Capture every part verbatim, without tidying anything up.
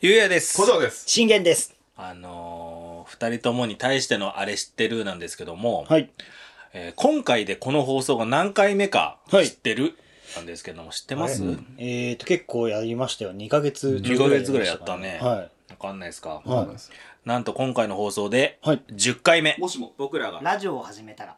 ゆうやです。 小僧です。 信玄です。 あのー、二人ともに対してのあれ知ってるなんですけども、 はい。 えー今回でこの放送が何回目か知ってるなんですけども、知ってます？ えーと、結構やりましたよ。にかげつにかげつぐらいやったね。 はい。 わかんないですか？ はい。 なんと今回の放送ではい。 じゅっかいめ。 もしも僕らがラジオを始めたら。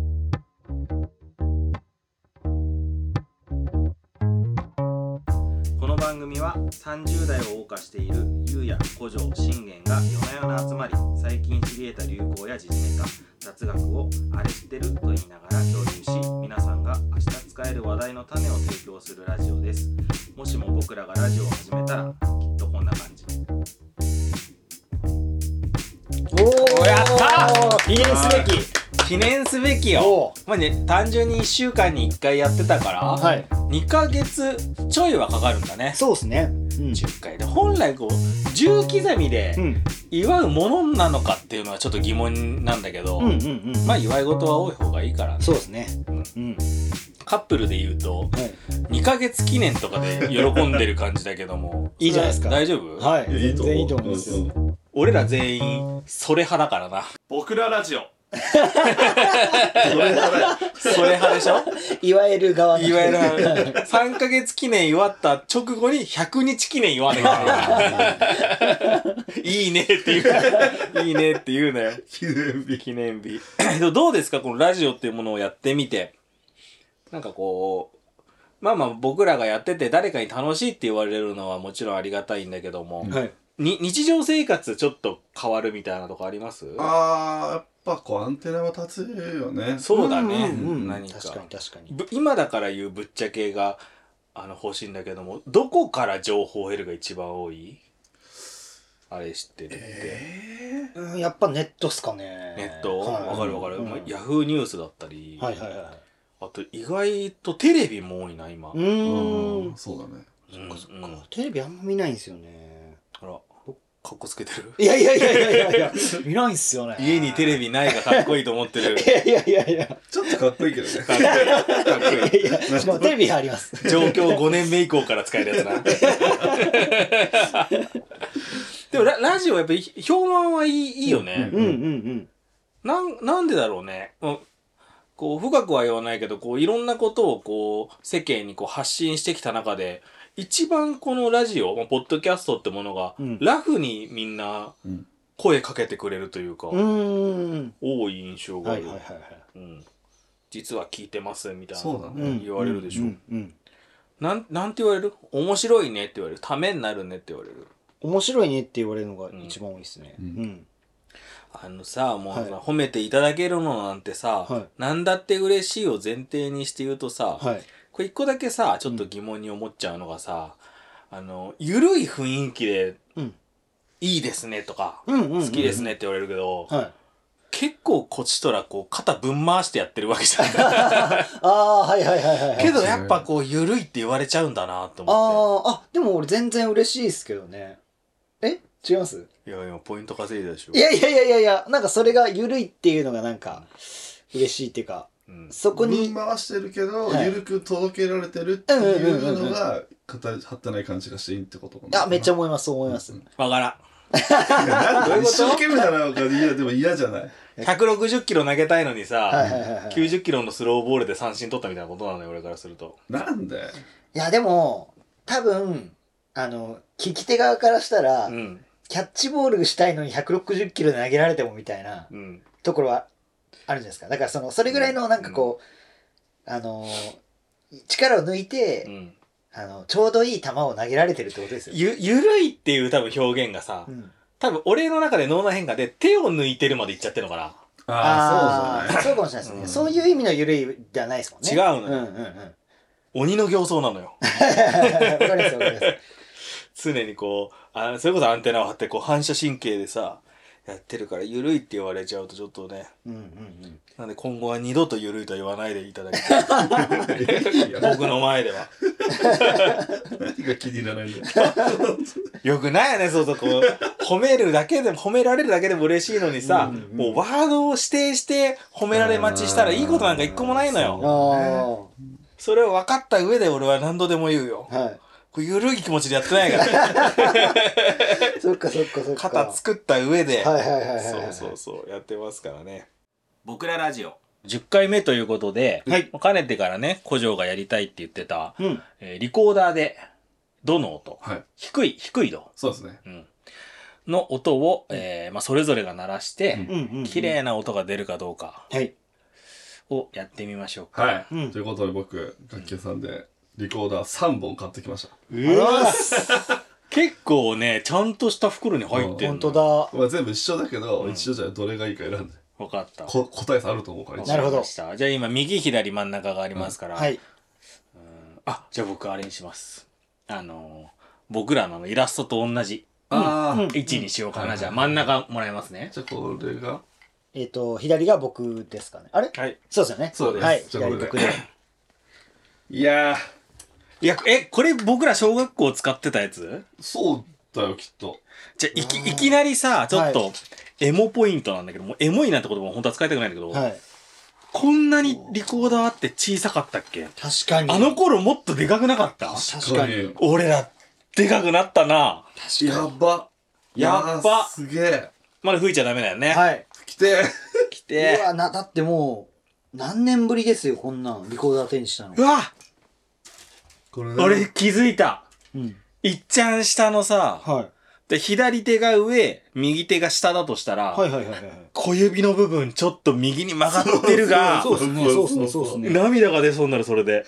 この番組はさんじゅう代を謳歌しているゆうや、古城、信玄が夜な夜な集まり、最近知り得た流行や時事ネタ、雑学をあれ知ってると言いながら共有し、皆さんが明日使える話題の種を提供するラジオです。もしも僕らがラジオを始めたら、きっとこんな感じ。 おー、 やった記念すべき。 記念すべきよ。まあね、単純にいっしゅうかんにいっかいやってたから、 はい。 にかげつちょいはかかるんだね。 そうですね。うん。 じゅっかいで本来こうじゅう刻みでうん。 祝うものなのかっていうのはちょっと疑問なんだけど、 うんうんうん。 まあ祝い事は多い方がいいからね。 そうですね。 うんうん。 カップルで言うとはい。 にかげつ記念とかで喜んでる感じだけどもいいじゃないですか。 大丈夫？ はい。 いいと思う全然いいと思いますよ。 うんうん俺ら全員それ派だからな。 僕らラジオ。 それ派でしょ？ いわゆる側の。 いわゆるさんかげつ記念祝った直後にひゃくにち記念祝わなきゃいけない。いいねって言う。いいねって言うなよ。 記念日。 記念日。どうですかこのラジオっていうものをやってみて。なんかこう、まあまあ僕らがやってて誰かに楽しいって言われるのはもちろんありがたいんだけども、 はい。 に日常生活ちょっと変わるみたいなとこあります？ あー、やっぱこうアンテナは立つよね。 そうだね。 うんうんうん何か。 確かに確かに。 ぶ今だから言うぶっちゃけがあの欲しいんだけども、どこから情報を得るが一番多い？あれ知ってるって。 えうん、やっぱネットっすかね。 ネットわ、 はいかるわかる。 うんまあヤフーニュースだったり、 はいはいはい。 あと意外とテレビも多いな今。 うー、 ーん。 そうだね。 うんそっかそっかうん。 テレビあんま見ないんですよね。 あら、かっこつけてる。 いやいやいやいやいやいや、見ないんすよね。 家にテレビないがかっこいいと思ってる。 いやいやいやいや。 ちょっとかっこいいけどね。 かっこいい。かっこいい。 いやいや、しかもテレビあります。 上京ごねんめ以降から使えるやつな。でもララジオやっぱり評判はいい、いいよね。 うんうんうん。 なんなんでだろうね。うんこう深くは言わないけど、こういろんなことをこう世間にこう発信してきた中で、一番このラジオ、まあポッドキャストってものが、 うんラフにみんなうん。 声かけてくれるというか、 うーん。 多い印象がある。 はいはいはいはい。 うん、実は聞いてますみたいな。 そうだねうん言われるでしょ。 うんうん。 なんなんて言われる？面白いねって言われる。ためになるねって言われる。 面白いねって言われるのが一番多いですね。 ううんん。 あのさ、もうさ、 はい褒めていただけるのなんてさ、 はいなんだって嬉しいを前提にして言うとさ、 はい。 これ一個だけさ、ちょっと疑問に思っちゃうのがさ、あの、ゆるい雰囲気で、 うん。 いいですねとか、 うんうんうん。 好きですねって言われるけど、 はい。 結構こっちとらこう肩ぶん回してやってるわけじゃん。 ああ、はいはいはいはい。 けどやっぱこうゆるいって言われちゃうんだなと思っああ、あ、でも俺全然嬉しいですけどね。え違いますて。いや今ポイント稼いだでしょ。 いやいやいやいやいや、なんかそれが緩いっていうのがなんか嬉しいっていうか、 うん、 そこに、 分回してるけど、 はいゆるく届けられてるっていうのが、型張ってない感じがしていいってことかな。 あ、めっちゃ思います、そう思います。 わからん。 なんどういうことか一生懸命なのか嫌でも嫌じゃない。 ひゃくろくじゅっキロ投げたいのにさ、 はいはいはいはい。 きゅうじゅっキロのスローボールで三振取ったみたいなことなのよ、俺からすると。 なんでいやでも、多分、あの、聞き手側からしたら、 うん。 キャッチボールしたいのにひゃくろくじゅっキロで投げられてもみたいなうん。 ところはあるじゃないですか。だからその、それぐらいのなんかこう、あの、力を抜いて、 うん。 あの、ちょうどいい球を投げられてるってことですよ。 ゆ、ゆるいっていう多分表現がさ、 うん多分俺の中で脳内変化で手を抜いてるまでいっちゃってるのかな。 ああ、そうじゃない。 そうかもしれないですね。 うんそういう意味の緩いではないですもんね。 違うのようんうんうん。 鬼の形相なのよ。 わかりますわかります。 常にこう、あそれこそアンテナを張ってこう反射神経でさ、やってるからゆるいって言われちゃうとちょっとね。 うんうんうん。 なんで今後は二度とゆるいとは言わないでいただきたい。僕の前では。 何が気に入らないんだよ。 よくないよね、そうそう、こう、褒めるだけでも、褒められるだけでも嬉しいのにさ、 うんうんうんもうワードを指定して褒められ待ちしたらいいことなんか一個もないのよ。 あそれを分かった上で俺は何度でも言うよ。 あ。はい。 これゆるい気持ちでやってないから。 そっかそっかそっか。 型作った上で、 はいはいはいはいはい。 そうそうそうやってますからね。僕らラジオじゅっかいめということで、はい、かねてからね古城がやりたいって言ってた、うんえー、リコーダーでドの音、はい、低い低いドそうですね、 うん、の音を、えーまあ、それぞれが鳴らして、うん、綺麗な音が出るかどうかをやってみましょうか。 はい、うん、ということで僕楽器屋さんでリコーダーさんぼん買ってきました。 うわ結構ねちゃんとした袋に入ってる、 うん、本当だ、 まあ、全部一緒だけど、うん、一緒じゃどれがいいか選んで分かった。 こ答え差あると思うから。 なるほど。 じゃあ今右左真ん中がありますから、うん、はい。うんあじゃあ僕あれにします。あのー、僕らのイラストと同じあ、うん、位置にしようかな、うん、じゃあ真ん中もらいますね。 じゃあこれがえっ、ー、と左が僕ですかね。あれはいそうですよね。 そうです。 はい、左僕でいやいやえこれ僕ら小学校使ってたやつ？ そうだよきっと。 じゃあいきいきなりさちょっと、はいエモポイントなんだけどもエモいなんて言葉も本当は使いたくないんだけど、はい、こんなにリコーダーって小さかったっけ？ 確かにあの頃もっとでかくなかった？ 確かに俺らでかくなったな。 確かにやばやっばすげえ。 まだ吹いちゃダメだよね。 はい来て来てうわなだってもう何年ぶりですよこんなんリコーダー手にしたの。 うわこれ、ね、俺気づいた、うん、いっちゃん下のさ、はいで左手が上右手が下だとしたら、はいはいはいはい、小指の部分ちょっと右に曲がってるがそうですねそうですねそうですね涙が出そうになるそれで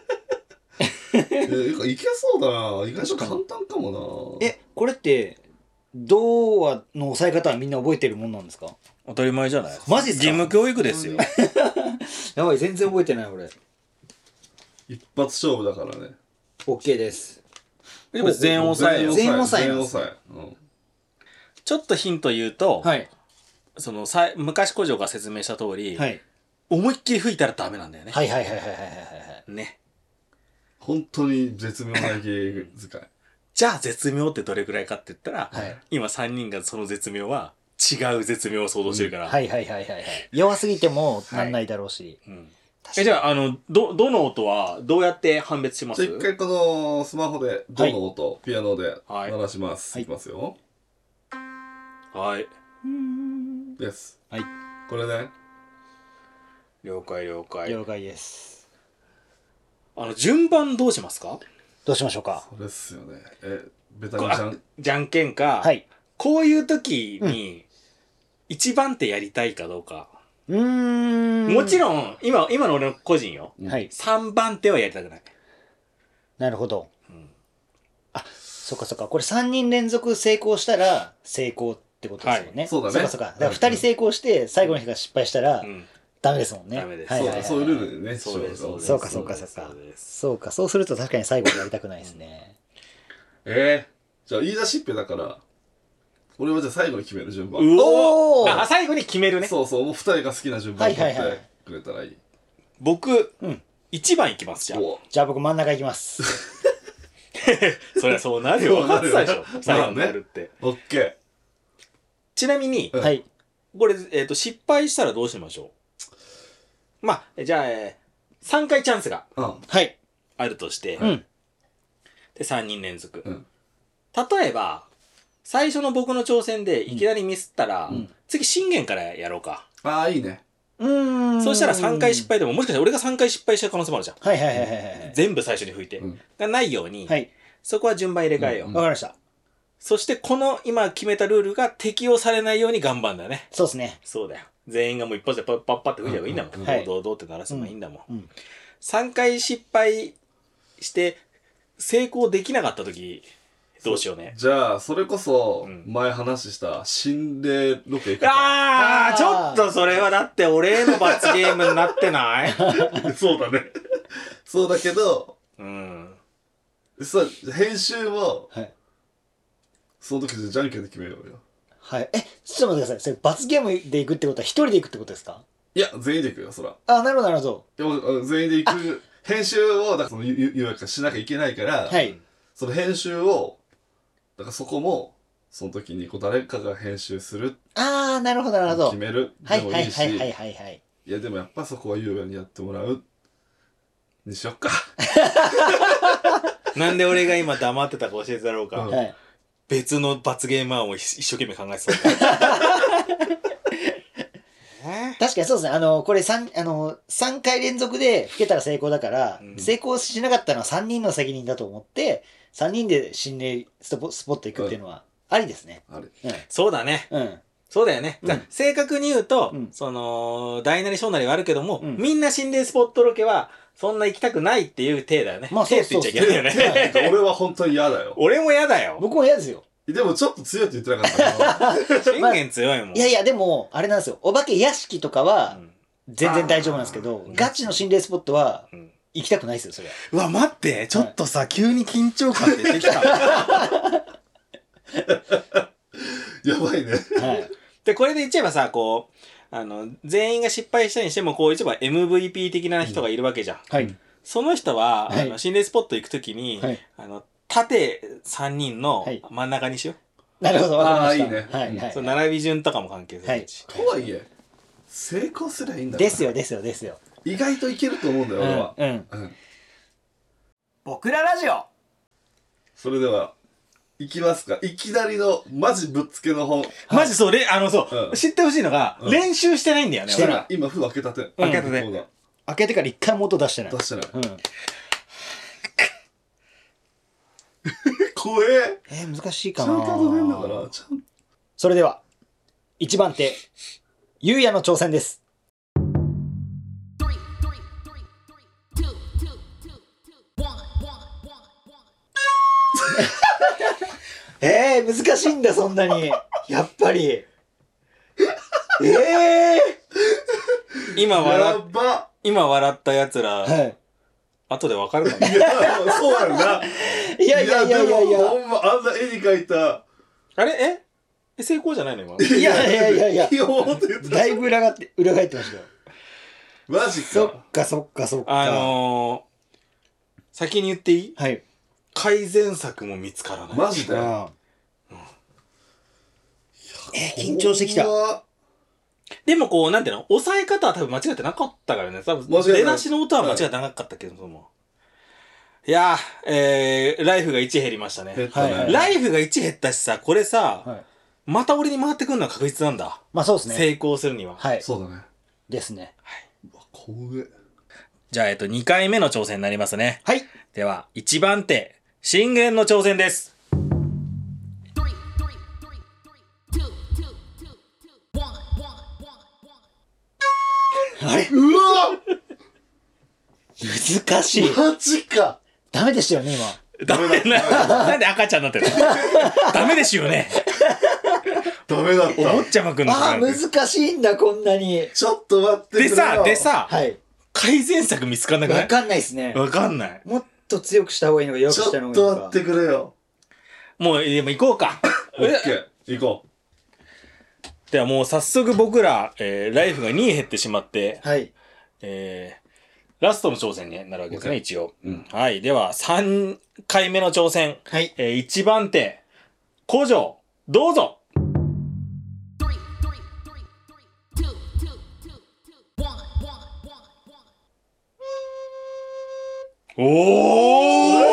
えいけそうだな意外と簡単かもな。えこれってドアの押さえ方はみんな覚えてるもんなんですか？ 当たり前じゃない。 マジっすか？ 義務教育ですよやばい全然覚えてない俺。 一発勝負だからね。 OK です。 でも全押さえよ。 全押さえ全押さえ、うん、 ちょっとヒント言うと、はい、そのさ昔古城が説明した通り、はい、思いっきり吹いたらダメなんだよね。 はいはいはいはいはいはいね。 本当に絶妙な芸遣いじゃあ絶妙ってどれくらいかって言ったら、はい、今さんにんがその絶妙は違う絶妙を想像してるから、 うん、はいはいはいはいはい弱すぎてもなんないだろうし、はいうんえじゃあ、あの、ど、どの音はどうやって判別します？ じゃあ一回このスマホでどの音、はい、ピアノで鳴らします。はい、いきますよ。 はい。 です。 はい。 これね。 了解了解。 了解です。 あの、順番どうしますか？ どうしましょうか？ そうですよね。え、ベタにじゃん。 じゃんけんか。はい。こういう時に、一番手やりたいかどうか。 うーんもちろん今今の俺の個人よ、 はい、 さんばん手はやりたくない。 なるほど、うん、あそっかそっかこれさんにん連続成功したら成功ってことですよね、はい、そうだね。そっかそっかだからふたり成功して最後の人が失敗したら、うん、ダメですもんね。 ダメです、 はいはいはい、 そういうルールでね。 そうですそうですそうかそうかそうかそうかそうすると確かに最後やりたくないですねえー、じゃあ言い出しっぺだから俺はじゃあ最後に決める順番。 おお。あ、最後に決めるね。 そうそう、もうふたりが好きな順番を取ってくれたらいい。 僕、うん、いちばんいきますじゃあ。 じゃあ僕真ん中いきます。 そりゃそうなるよ。分かってたでしょ。最後になるって。 オッケー。 ちなみに、はい。これ、えっと、失敗したらどうしましょう？まあ、じゃあ、えー、さんかいチャンスが、うん、はい。あるとして、うん、で、さんにん連続。うん、例えば、最初の僕の挑戦でいきなりミスったら、うん、次信玄からやろうか。 ああいいね。 うーんそしたらさんかい失敗でももしかしたら俺がさんかい失敗した可能性もあるじゃん。 はいはいはいはい、はい、 全部最初に吹いて、うん、がないように、はい、そこは順番入れ替えよう。わ、 うん、かりました。 そしてこの今決めたルールが適用されないように頑張るんだよね。 そうですね。 そうだよ。全員がもう一発でパッパッパって吹いればいいんだもん。うんうんうん、どうどうって鳴らせばいいんだもん。うんうん、さんかい失敗して成功できなかった時どうしようね。 じゃあそれこそ前話した心霊ロケ行くか。 ああちょっとそれはだって俺への罰ゲームになってないそうだね。そうだけど、 うん。 さ編集も、はい、その時でじゃんけんで決めようよ。 はい。えちょっと待ってください。それ罰ゲームで行くってことは一人で行くってことですか？ いや全員で行くよそら。 あなるほどなるほど。 でも全員で行く編集をだからそのゆゆかしなきゃいけないから、はい、その編集をだからそこもその時にこう誰かが編集するああなるほどなるほど決めるでもいいし、 はいはいはいはいはい、 いやでもやっぱそこは優雅にやってもらうにしよっか。 なんで俺が今黙ってたか教えてやろうか、 うん、はい、 別の罰ゲーム案を一生懸命考えてた確かにそうですね。あの、これ 3, あのさんかい連続で吹けたら成功だから、うん、成功しなかったのはさんにんの責任だと思って、さんにんで心霊スポット行くっていうのはありですね。 あり、 うん、そうだね。うん。そうだよね。うん、正確に言うと、うん、その、大なり小なりはあるけども、うん、みんな心霊スポットロケは、そんな行きたくないっていう体だよね。 まあ、そうそうそう。 体って言っちゃいけないよね。 俺は本当に嫌だよ。 俺も嫌だよ。 僕も嫌ですよ。 でもちょっと強いって言ってなかったけど。 信玄強いもん。 いやいや、でも、あれなんですよ。お化け屋敷とかは、全然大丈夫なんですけど、ガチの心霊スポットは、行きたくないですよ、それは。 うわ、待って。ちょっとさ、はい、急に緊張感出てきた。 やばいね。 はい。 で、これで言っちゃえばさ、こう、あの、全員が失敗したにしても、こう、一番 エムブイピー 的な人がいるわけじゃん。うん、 はい。 その人は、 はい、 あの心霊スポット行くときに、はい、あの、縦さんにんの真ん中にしよう。はい、なるほど、わかりました。 ああ、いいね。 はいはい。 その並び順とかも関係するし。 はい、とはいえ、成功すりゃいいんだから。ですよ、ですよ、ですよ。 意外といけると思うんだよ、俺は。 うん。うん。うん、僕らラジオ。 それでは、行きますか。いきなりの、マジぶっつけの本。 マジそう、あの、そう、うん、知ってほしいのが、うん、練習してないんだよね。 してない。今、封開けたて。 開けたて。 開けてから一回も音出してない。 出してない。 うん。 怖え。 えー、難しいかな。 ちゃんと読めんだから。ちゃん。 それでは、いちばん手、ゆうやの挑戦です。えー、難しいんだ、そんなに。やっぱり。ええー、今笑っ、今笑った奴ら、はい、後でわかるかな。 いや、そうやろな。 いやいやいやいやいや。 ほんま、あんな絵に描いた。 あれええ成功じゃないの今。 いやいやいやいや。 いや、思って言った。 だいぶ裏返って、裏返ってましたよ。 マジか。 そっかそっかそっか。 あのー、先に言っていい？ はい。 改善策も見つからない。 マジだよ。 うん、えー、緊張してきた。 でもこう、なんていうの抑え方は多分間違ってなかったからね。多分、出だしの音は間違ってなかったけども。いやー、えー、ライフがいち減りましたね。 減ったね。はいはい、 ライフがいち減ったしさ、これさ、はい、また俺に回ってくるのは確実なんだ。 まあそうですね。 成功するには。 はい。 そうだね。 ですね。 はい。 うわ、怖え。 じゃあ、えっと、にかいめの挑戦になりますね。 はい。 では、いちばん手、信玄の挑戦です。 あれうわ難しい。 マジか。 ダメでしたよね、 今。ダメだ。なんで赤ちゃんになってるのダメですよね。 ダメだった。 お坊ちゃまくんの。 ああ、難しいんだ、こんなに。 ちょっと待ってくれよ。 でさ、でさ、 はい。 改善策見つかんなくない？ わかんないですね。 わかんない。 もっと強くした方がいいのか、弱くした方がいいのか。 ちょっと待ってくれよ。 もう、でも行こうか。 オッケー、行こう。 ではもう早速僕ら、えー、ライフがに減ってしまって、 はい。 えー、ラストの挑戦になるわけですね、一応。 うん。 はい。では、さんかいめの挑戦。 はい。 えー、いちばん手、古城、どうぞ。おー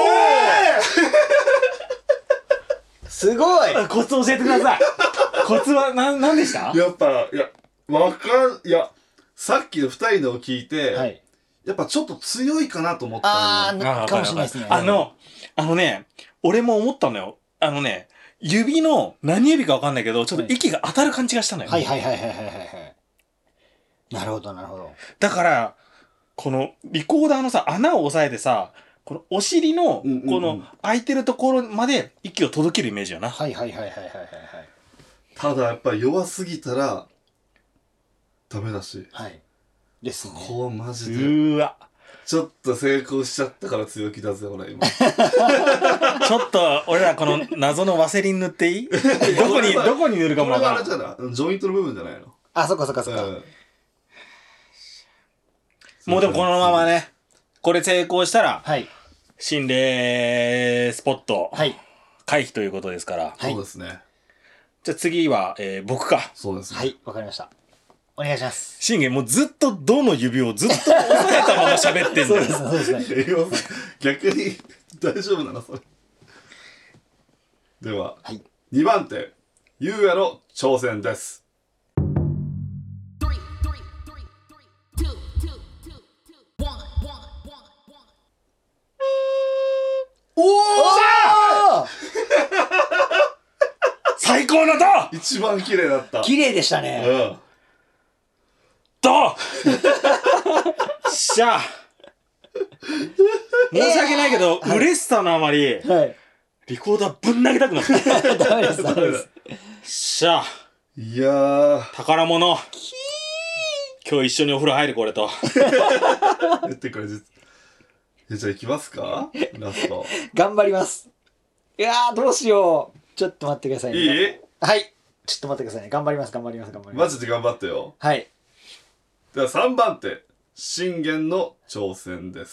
すごいコツ教えてください。コツは何、何でした？ やっぱ、いや、わかん、いや、さっきの二人のを聞いて、 はい、 やっぱちょっと強いかなと思ったああ、かもしれないですね。 あの、あのね、俺も思ったのよ。あのね、指の、何指かわかんないけど、ちょっと息が当たる感じがしたのよ。 はいはいはいはいはいはい。なるほどなるほど。 だから、このリコーダーのさ、穴を押さえてさ、このお尻の、この空いてるところまで息を届けるイメージよな。 はいはいはいはいはいはい。 ただやっぱり弱すぎたら、ダメだし。 はい。ですね。 こうマジで。 うーわ。 ちょっと成功しちゃったから強気だぜ、俺今。 ちょっと、俺らこの謎のワセリン塗っていい？どこに、どこに塗るかもわからん。 これがあれじゃない？ジョイントの部分じゃないの？ あ、そっかそっかそっか。うん、 もうでもこのままね、これ成功したら、 はい。 心霊スポット、 はい。 回避ということですから。 はい。そうですね。 じゃあ次は、えー、僕か。 そうですね。 はい、わかりました。お願いします。 信玄もうずっとどの指をずっと押さえたまま喋ってんじゃん。 そうですね、そうですね。 逆に大丈夫なのそれ。では、 はい。 にばん手ゆうやの挑戦です。 おお最高のド一番綺麗だった。 綺麗でしたね。 うんドしゃあ申し訳ないけど、えー、嬉しさのあまり、はい、リコーダーぶん投げたくなったダメですダメですしゃあいやー宝物今日一緒にお風呂入るこれと言ってくれじゃあ行きますかラスト頑張ります。いやーどうしよう。ちょっと待ってくださいね。 いいはいちょっと待ってくださいね。頑張ります頑張ります頑張ります。 マジで頑張ってよ。 はい。 ではさんばん手信玄の挑戦です。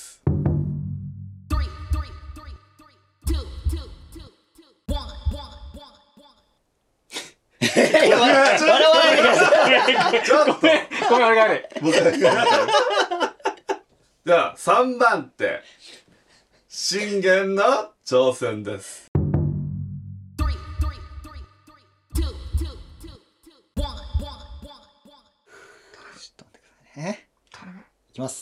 笑わないでください。 ちょっとごめんごめん俺が悪い。 ではさんばん手信玄の挑戦です。 えいきます。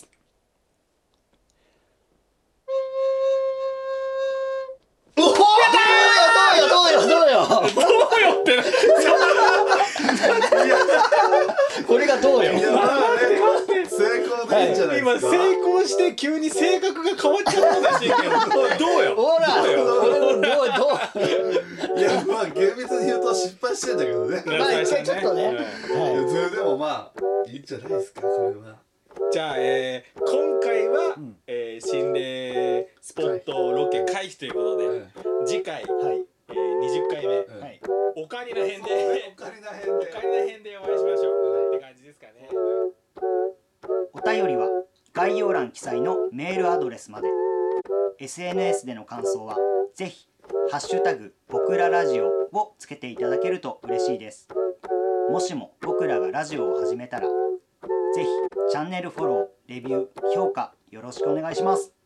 おおどうよどうよどうよどうよどうよってなこれがどうよ。 いやまあね成功でいいんじゃないですか。 今成功して急に性格が変わっちゃったらしいけどどうよほらどうよどうどういやまあ厳密に言うと失敗してんだけどね。 まあ一回ちょっとね、はいでもまあいいんじゃないですかこれは。 じゃあ、えー、今回は、うんえー、心霊スポットロケ回避ということで、はい、次回、はいえー、にじゅっかいめ、はい、オカリナ編でオカリナ編でオカリナ編でお会いしましょう、はい、って感じですかね。 お便りは概要欄記載のメールアドレスまで。 エスエヌエス での感想はぜひハッシュタグ僕らラジオをつけていただけると嬉しいです。もしも僕らがラジオを始めたらぜひチャンネルフォロー、レビュー、評価よろしくお願いします。